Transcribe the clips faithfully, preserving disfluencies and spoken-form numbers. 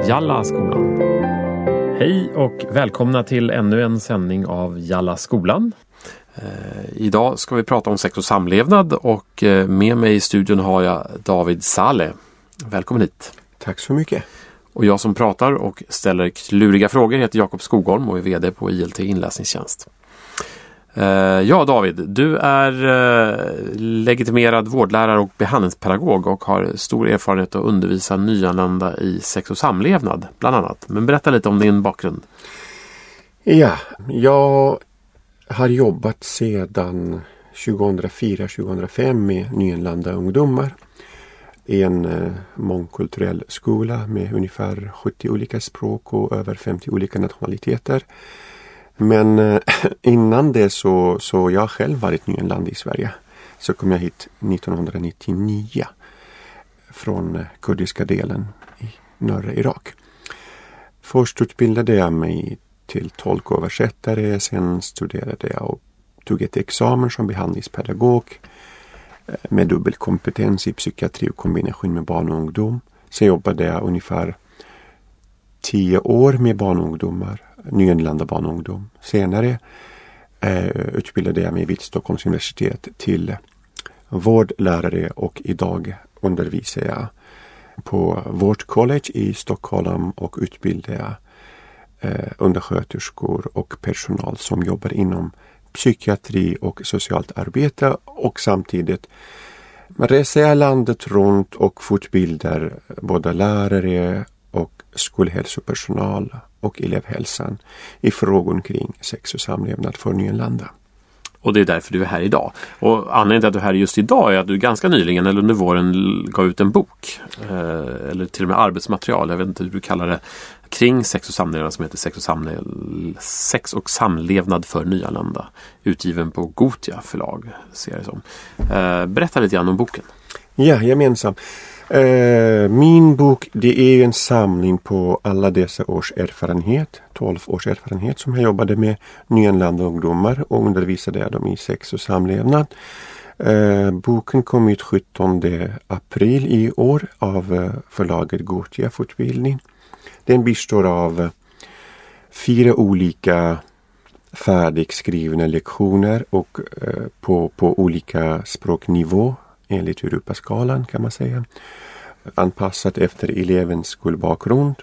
Jalla skolan. Hej och välkomna till ännu en sändning av Jalla skolan. Eh, idag ska vi prata om sex och samlevnad och eh, med mig i studion har jag David Saleh. Välkommen hit. Tack så mycket. Och jag som pratar och ställer kluriga frågor heter Jakob Skogholm och är vd på I L T Inläsningstjänst. Eh, ja David, du är eh, legitimerad vårdlärare och behandlingspedagog och har stor erfarenhet att undervisa nyanlända i sex och samlevnad bland annat. Men berätta lite om din bakgrund. Ja, jag har jobbat sedan tjugohundrafyra tjugohundrafem med nyanlända ungdomar i en eh, mångkulturell skola med ungefär sjuttio olika språk och över femtio olika nationaliteter. Men eh, innan det så, så jag själv varit nyanländ i Sverige. Så kom jag hit nittonhundranittionio från eh, kurdiska delen i norra Irak. Först utbildade jag mig till tolköversättare, sen studerade jag och tog ett examen som behandlingspedagog eh, med dubbelkompetens i psykiatri och kombination med barn och ungdom. Sen jobbade jag ungefär tio år med barn och ungdomar. Nyanlända barn och ungdom. Senare eh, utbildade jag mig vid Stockholms universitet till vårdlärare och idag undervisar jag på vårdcollege i Stockholm och utbildar jag eh, undersköterskor och personal som jobbar inom psykiatri och socialt arbete och samtidigt reser jag landet runt och fortbildar både lärare och skolhälsopersonal och elevhälsan i frågor kring sex och samlevnad för nyanlända. Och det är därför du är här idag. Och anledningen till att du är här just idag är att du ganska nyligen eller under våren gav ut en bok. Eh, eller till och med arbetsmaterial, jag vet inte hur du kallar det, kring sex och samlevnad som heter Sex och, samle- sex och samlevnad för nyanlända. Utgiven på Gotia förlag, ser jag det som. Eh, berätta lite grann om boken. Ja, gemensamt. Uh, min bok, det är en samling på alla dessa års erfarenhet, tolv års erfarenhet som jag jobbade med nyanlända ungdomar och undervisade jag dem i sex och samlevnad. Uh, boken kom ut sjuttonde april i år av uh, förlaget Gotia fortbildning. Den består av uh, fyra olika färdigskrivna lektioner och uh, på, på olika språknivå. Enligt Europaskalan kan man säga. Anpassat efter elevens skolbakgrund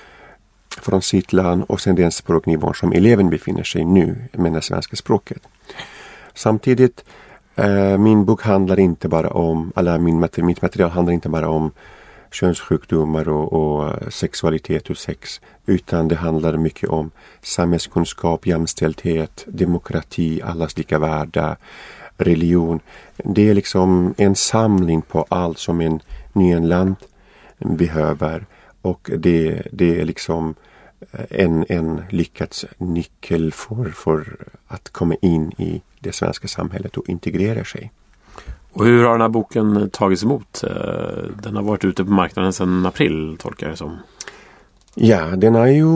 från sitt land och sen den språknivån som eleven befinner sig nu med det svenska språket. Samtidigt, eh, min bok handlar inte bara om, eller min, mitt material handlar inte bara om könssjukdomar och, och sexualitet och sex, utan det handlar mycket om samhällskunskap, jämställdhet, demokrati, allas lika värde, religion. Det är liksom en samling på allt som en nyanländ behöver och det, det är liksom en, en lyckats nyckel för, för att komma in i det svenska samhället och integrera sig. Och hur har den här boken tagits emot? Den har varit ute på marknaden sedan april, tolkar jag som. Ja, den har ju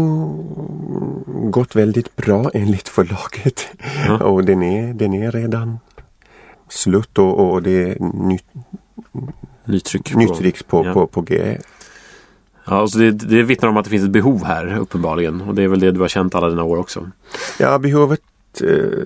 gått väldigt bra enligt förlaget. Mm. Och den är, den är redan slut och, och det är nytt, nytryck, nytryck på, ja. på, på G. Ja, så det, det vittnar om att det finns ett behov här uppenbarligen. Och det är väl det du har känt alla dina år också. Ja, behovet eh,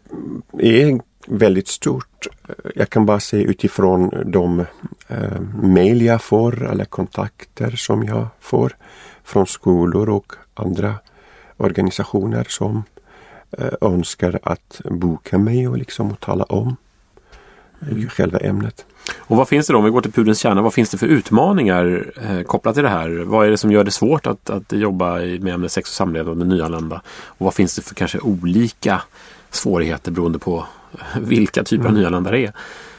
är väldigt stort. Jag kan bara se utifrån de eh, mejl jag får eller kontakter som jag får från skolor och andra organisationer som eh, önskar att boka mig och liksom tala om mm. själva ämnet. Och vad finns det då, om vi går till pudelns kärna, vad finns det för utmaningar eh, kopplat till det här? Vad är det som gör det svårt att, att jobba med ämnet sex och samlevnad med nyanlända? Och vad finns det för kanske olika svårigheter beroende på vilka typer av mm. nyanlända det är?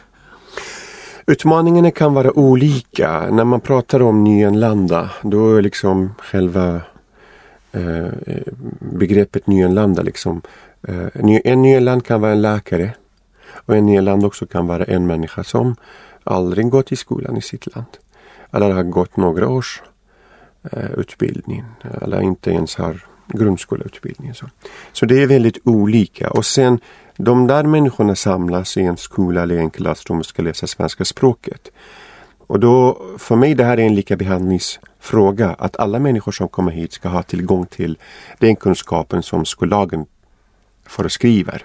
Utmaningarna kan vara olika. När man pratar om nyanlända, då är liksom själva eh, begreppet nyanlända liksom, eh, en nyanländ kan vara en läkare och en nyanländ också kan vara en människa som aldrig gått i skolan i sitt land eller har gått några års eh, utbildning eller inte ens har grundskoleutbildning. Så. så det är väldigt olika. Och sen de där människorna samlas i en skola eller en klassrum och ska läsa svenska språket. Och då, för mig det här är en likabehandlingsfråga. Att alla människor som kommer hit ska ha tillgång till den kunskapen som skollagen föreskriver.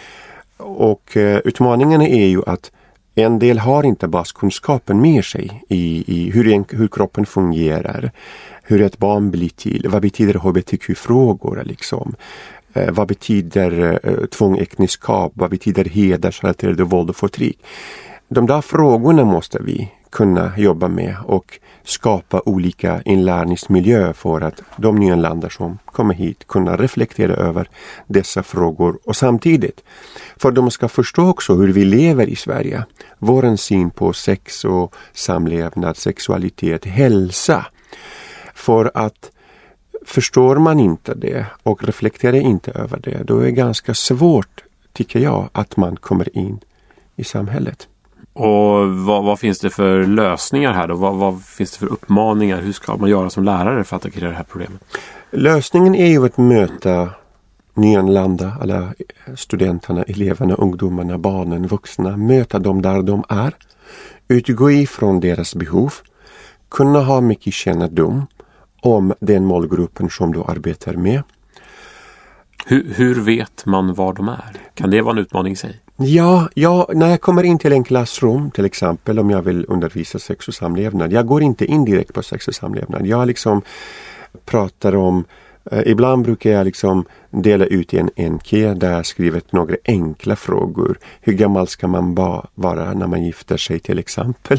Och eh, utmaningen är ju att en del har inte baskunskapen med sig i, i hur, en, hur kroppen fungerar, hur ett barn blir till, vad betyder H B T Q-frågor liksom, eh, vad betyder eh, tvångäktenskap, vad betyder hedersrelaterade våld och förtryck. De där frågorna måste vi kunna jobba med och skapa olika inlärningsmiljö för att de nyanlända som kommer hit kunna reflektera över dessa frågor och samtidigt för att de ska förstå också hur vi lever i Sverige. Vår syn på sex och samlevnad, sexualitet, hälsa. För att förstår man inte det och reflekterar inte över det, då är det ganska svårt, tycker jag, att man kommer in i samhället. Och vad, vad finns det för lösningar här då? Vad, vad finns det för uppmaningar? Hur ska man göra som lärare för att attackera det här problemet? Lösningen är ju att möta nyanlända, alla studenterna, eleverna, ungdomarna, barnen, vuxna. Möta dem där de är. Utgå ifrån deras behov. Kunna ha mycket kännedom om den målgruppen som du arbetar med. Hur, hur vet man var de är? Kan det vara en utmaning i sig? Ja, ja, när jag kommer in till en klassrum till exempel om jag vill undervisa sex och samlevnad. Jag går inte in direkt på sex och samlevnad. Jag liksom pratar om, eh, ibland brukar jag liksom dela ut en enkät där jag skrivit några enkla frågor. Hur gammal ska man ba- vara när man gifter sig till exempel?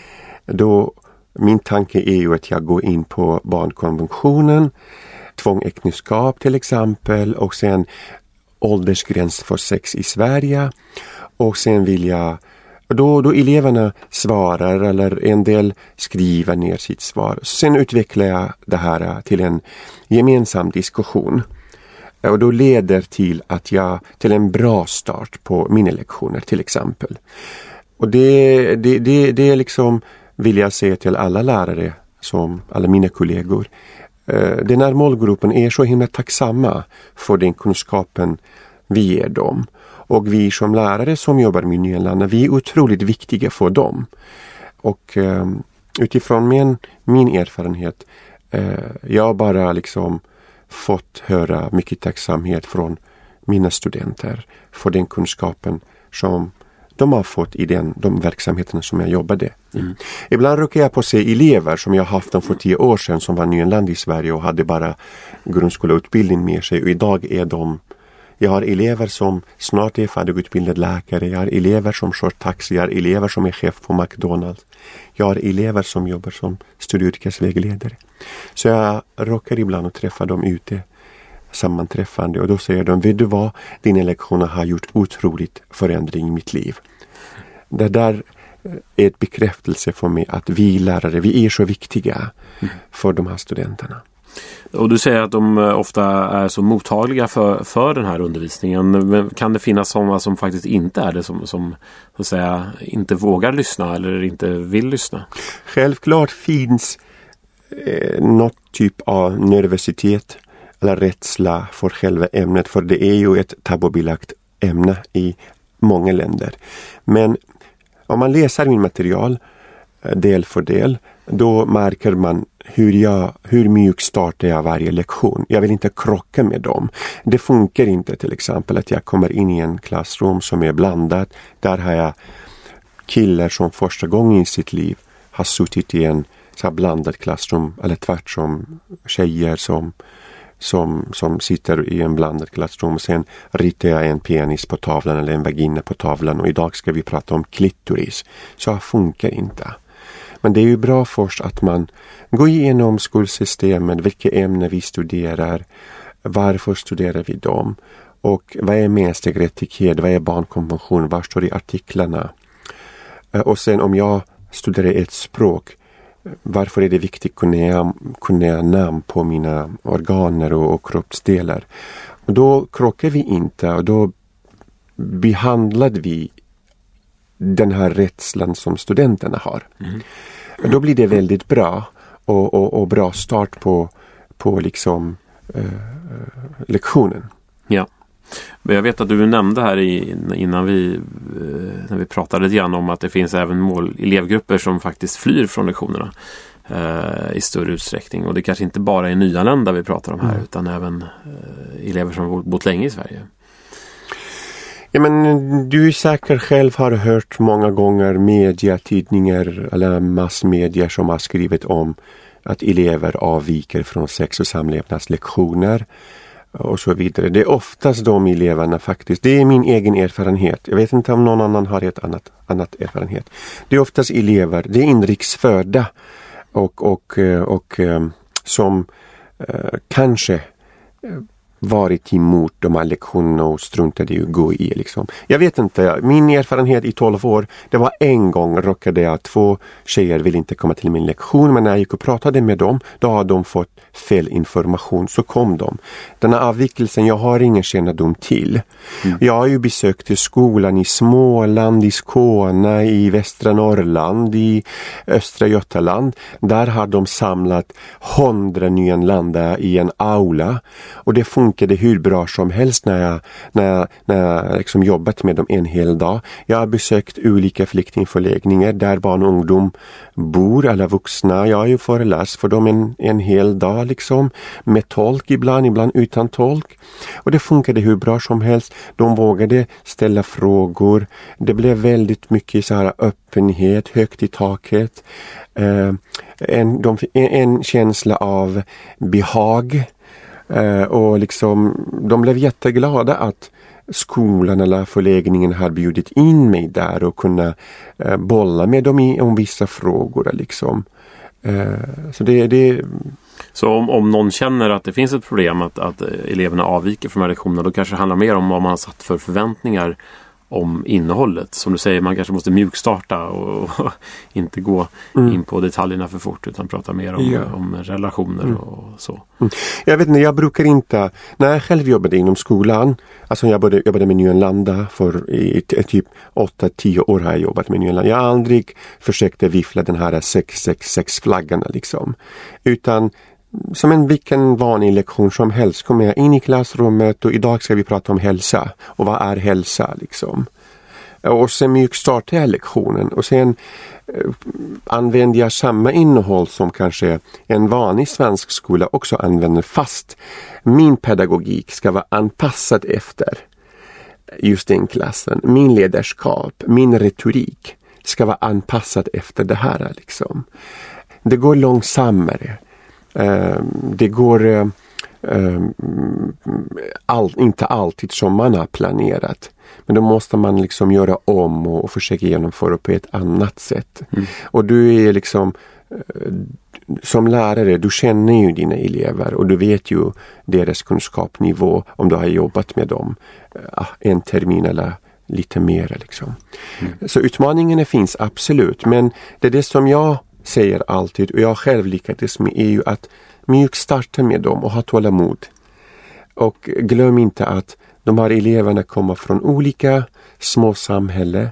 Då, min tanke är ju att jag går in på barnkonventionen, tvångäktenskap till exempel och sen åldersgräns för sex i Sverige och sen vill jag då, då eleverna svarar eller en del skriver ner sitt svar. Sen utvecklar jag det här till en gemensam diskussion och då leder till att jag till en bra start på mina lektioner till exempel. Och det, det, det, det är liksom vill jag säga till alla lärare som alla mina kollegor. Den här målgruppen är så himla tacksamma för den kunskapen vi ger dem. Och vi som lärare som jobbar med nyanlända, vi är otroligt viktiga för dem. Och eh, utifrån min, min erfarenhet, eh, jag har bara liksom fått höra mycket tacksamhet från mina studenter för den kunskapen som de har fått i den, de verksamheterna som jag jobbade i. Mm. Ibland råkar jag på se elever som jag haft dem för tio år sedan som var nyanlända i Sverige och hade bara grundskoleutbildning med sig. Och idag är de, jag har elever som snart är färdigutbildade läkare, jag har elever som kör taxi, jag har elever som är chef på McDonalds. Jag har elever som jobbar som studieyrkesvägledare. Så jag råkar ibland att träffa dem ute sammanträffande och då säger de, vet du vad, dina lektioner har gjort otroligt förändring i mitt liv. Det där är ett bekräftelse för mig att vi lärare, vi är så viktiga för de här studenterna. Och du säger att de ofta är så mottagliga för, för den här undervisningen. Men kan det finnas sådana som faktiskt inte är det, som, som så att säga, inte vågar lyssna eller inte vill lyssna? Självklart finns eh, något typ av nervositet eller rädsla för själva ämnet, för det är ju ett tabubelagt ämne i många länder. Men om man läser min material del för del, då märker man hur, jag, hur mjuk startar jag varje lektion. Jag vill inte krocka med dem. Det funkar inte till exempel att jag kommer in i en klassrum som är blandat. Där har jag killar som första gången i sitt liv har suttit i en så här blandat klassrum, eller tvärtom tjejer som Som, som sitter i en blandad klassrum och sen ritar jag en penis på tavlan eller en vagina på tavlan och idag ska vi prata om klitoris. Så funkar inte. Men det är ju bra först att man går igenom skolsystemet, vilka ämnen vi studerar, varför studerar vi dem och vad är mänsklig rättighet, vad är barnkonvention, vad står i artiklarna. Och sen om jag studerar ett språk, varför är det viktigt att kunna, kunna namn på mina organer och, och kroppsdelar. Och då krockar vi inte och då behandlade vi den här rädslan som studenterna har. Mm. Då blir det väldigt bra och, och, och bra start på, på liksom, uh, lektionen. Ja. Men jag vet att du nämnde här i, innan vi, när vi pratade lite grann om att det finns även mål, elevgrupper som faktiskt flyr från lektionerna eh, i större utsträckning. Och det kanske inte bara är nyanlända vi pratar om här mm. utan även eh, elever som har bott länge i Sverige. Ja, men du säkert själv har hört många gånger media, tidningar eller massmedier som har skrivit om att elever avviker från sex- och samlevnadslektioner och så vidare. Det är oftast de eleverna faktiskt. Det är min egen erfarenhet. Jag vet inte om någon annan har ett annat, annat erfarenhet. Det är oftast elever, det är inriksfödda och, och, och, och som eh, kanske varit emot de här lektionerna och struntade i att gå i. Liksom. Jag vet inte, min erfarenhet i tolv år, det var en gång råkade jag två tjejer ville inte komma till min lektion, men när jag gick och pratade med dem, då har de fått fel information, så kom de. Den här avvikelsen, jag har ingen kännedom till. Mm. Jag har ju besökt skolan i Småland, i Skåne, i västra Norrland, i östra Götaland. Där har de samlat hundra nyanlända i en aula, och det funkade hur bra som helst när jag, när jag, när jag liksom jobbat med dem en hel dag. Jag har besökt olika flyktingförläggningar där barn och ungdom bor, alla vuxna. Jag har ju föreläst för dem en, en hel dag liksom, med tolk ibland, ibland utan tolk. Och det funkade hur bra som helst. De vågade ställa frågor. Det blev väldigt mycket så här öppenhet, högt i taket. Eh, en, de, en, en känsla av behag. Uh, och liksom, de blev jätteglada att skolan eller förläggningen har bjudit in mig där och kunna uh, bolla med dem i, om vissa frågor. Liksom. Uh, så det, det... Så om, om någon känner att det finns ett problem att, att eleverna avviker från de här lektionerna, då kanske det handlar mer om vad man har satt för förväntningar om innehållet. Som du säger, man kanske måste mjukstarta och, och inte gå mm. in på detaljerna för fort, utan prata mer om, ja. om relationer mm. och så. Mm. Jag vet inte, jag brukar inte, när jag själv jobbade inom skolan, alltså jag jobbade, jobbade med nyanlända för i, i, typ åtta till tio år har jag jobbat med nyanlända. Jag har aldrig försökt vifla den här sex sex sex-flaggarna liksom. Utan som en vilken vanlig lektion som helst kommer jag in i klassrummet och idag ska vi prata om hälsa. Och vad är hälsa liksom? Och sen mjukstartar jag lektionen och sen eh, använder jag samma innehåll som kanske en vanlig svensk skola också använder, fast min pedagogik ska vara anpassad efter just den klassen. Min ledarskap, min retorik ska vara anpassad efter det här liksom. Det går långsammare. Uh, det går uh, uh, all, inte alltid som man har planerat. Men då måste man liksom göra om och, och försöka genomföra på ett annat sätt. Mm. Och du är liksom uh, som lärare, du känner ju dina elever och du vet ju deras kunskapsnivå om du har jobbat med dem uh, en termin eller lite mer liksom. Mm. Så utmaningarna finns absolut, men det är det som jag säger alltid, och jag själv lyckades med, är ju att mjukstarta med dem och ha tålamod. Och glöm inte att de här eleverna kommer från olika små samhällen.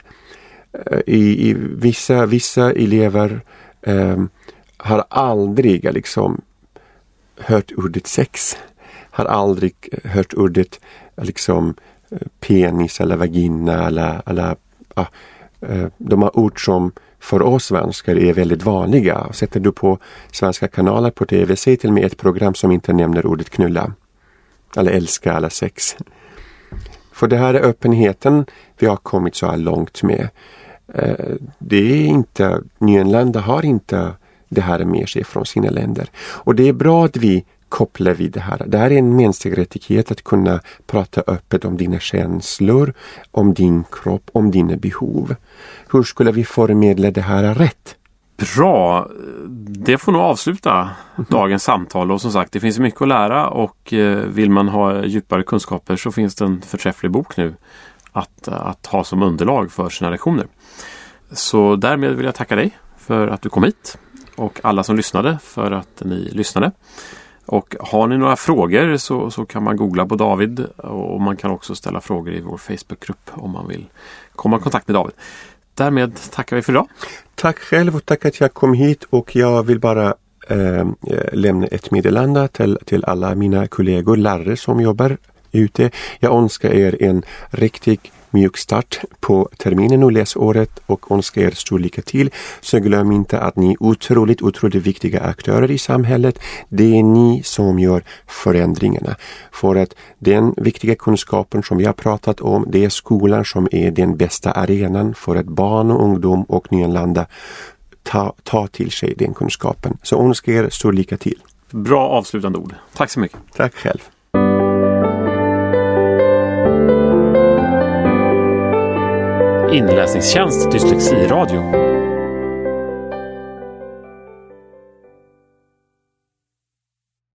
I, i vissa, vissa elever eh, har aldrig liksom hört ordet sex, har aldrig hört ordet liksom penis eller vagina eller, eller ah, de här ord som för oss svenskar är väldigt vanliga. Sätter du på svenska kanaler på tv, säg till mig ett program som inte nämner ordet knulla. Eller älska eller sex. För det här är öppenheten vi har kommit så här långt med. Det är inte, nyanlända har inte det här med sig från sina länder. Och det är bra att vi kopplar vid det här. Det här är en mänsklig rättighet att kunna prata öppet om dina känslor, om din kropp, om dina behov. Hur skulle vi förmedla det här rätt? Bra, det får nog avsluta dagens samtal, och som sagt, det finns mycket att lära, och vill man ha djupare kunskaper så finns det en förträfflig bok nu att, att ha som underlag för sina lektioner. Så därmed vill jag tacka dig för att du kom hit, och alla som lyssnade för att ni lyssnade. Och har ni några frågor så, så kan man googla på David, och man kan också ställa frågor i vår Facebookgrupp om man vill komma i kontakt med David. Därmed tackar vi för idag. Tack själv, och tack att jag kom hit, och jag vill bara eh, lämna ett meddelande till, till alla mina kollegor, lärare som jobbar ute. Jag önskar er en riktig mjuk start på terminen och läsåret och önskar er stor lycka till. Så glöm inte att ni är otroligt, otroligt viktiga aktörer i samhället. Det är ni som gör förändringarna. För att den viktiga kunskapen som vi har pratat om, det är skolan som är den bästa arenan för att barn och ungdom och nyanlända ta, ta till sig den kunskapen. Så önskar er stor lycka till. Bra avslutande ord. Tack så mycket. Tack själv. Inläsningstjänst Dyslexiradio.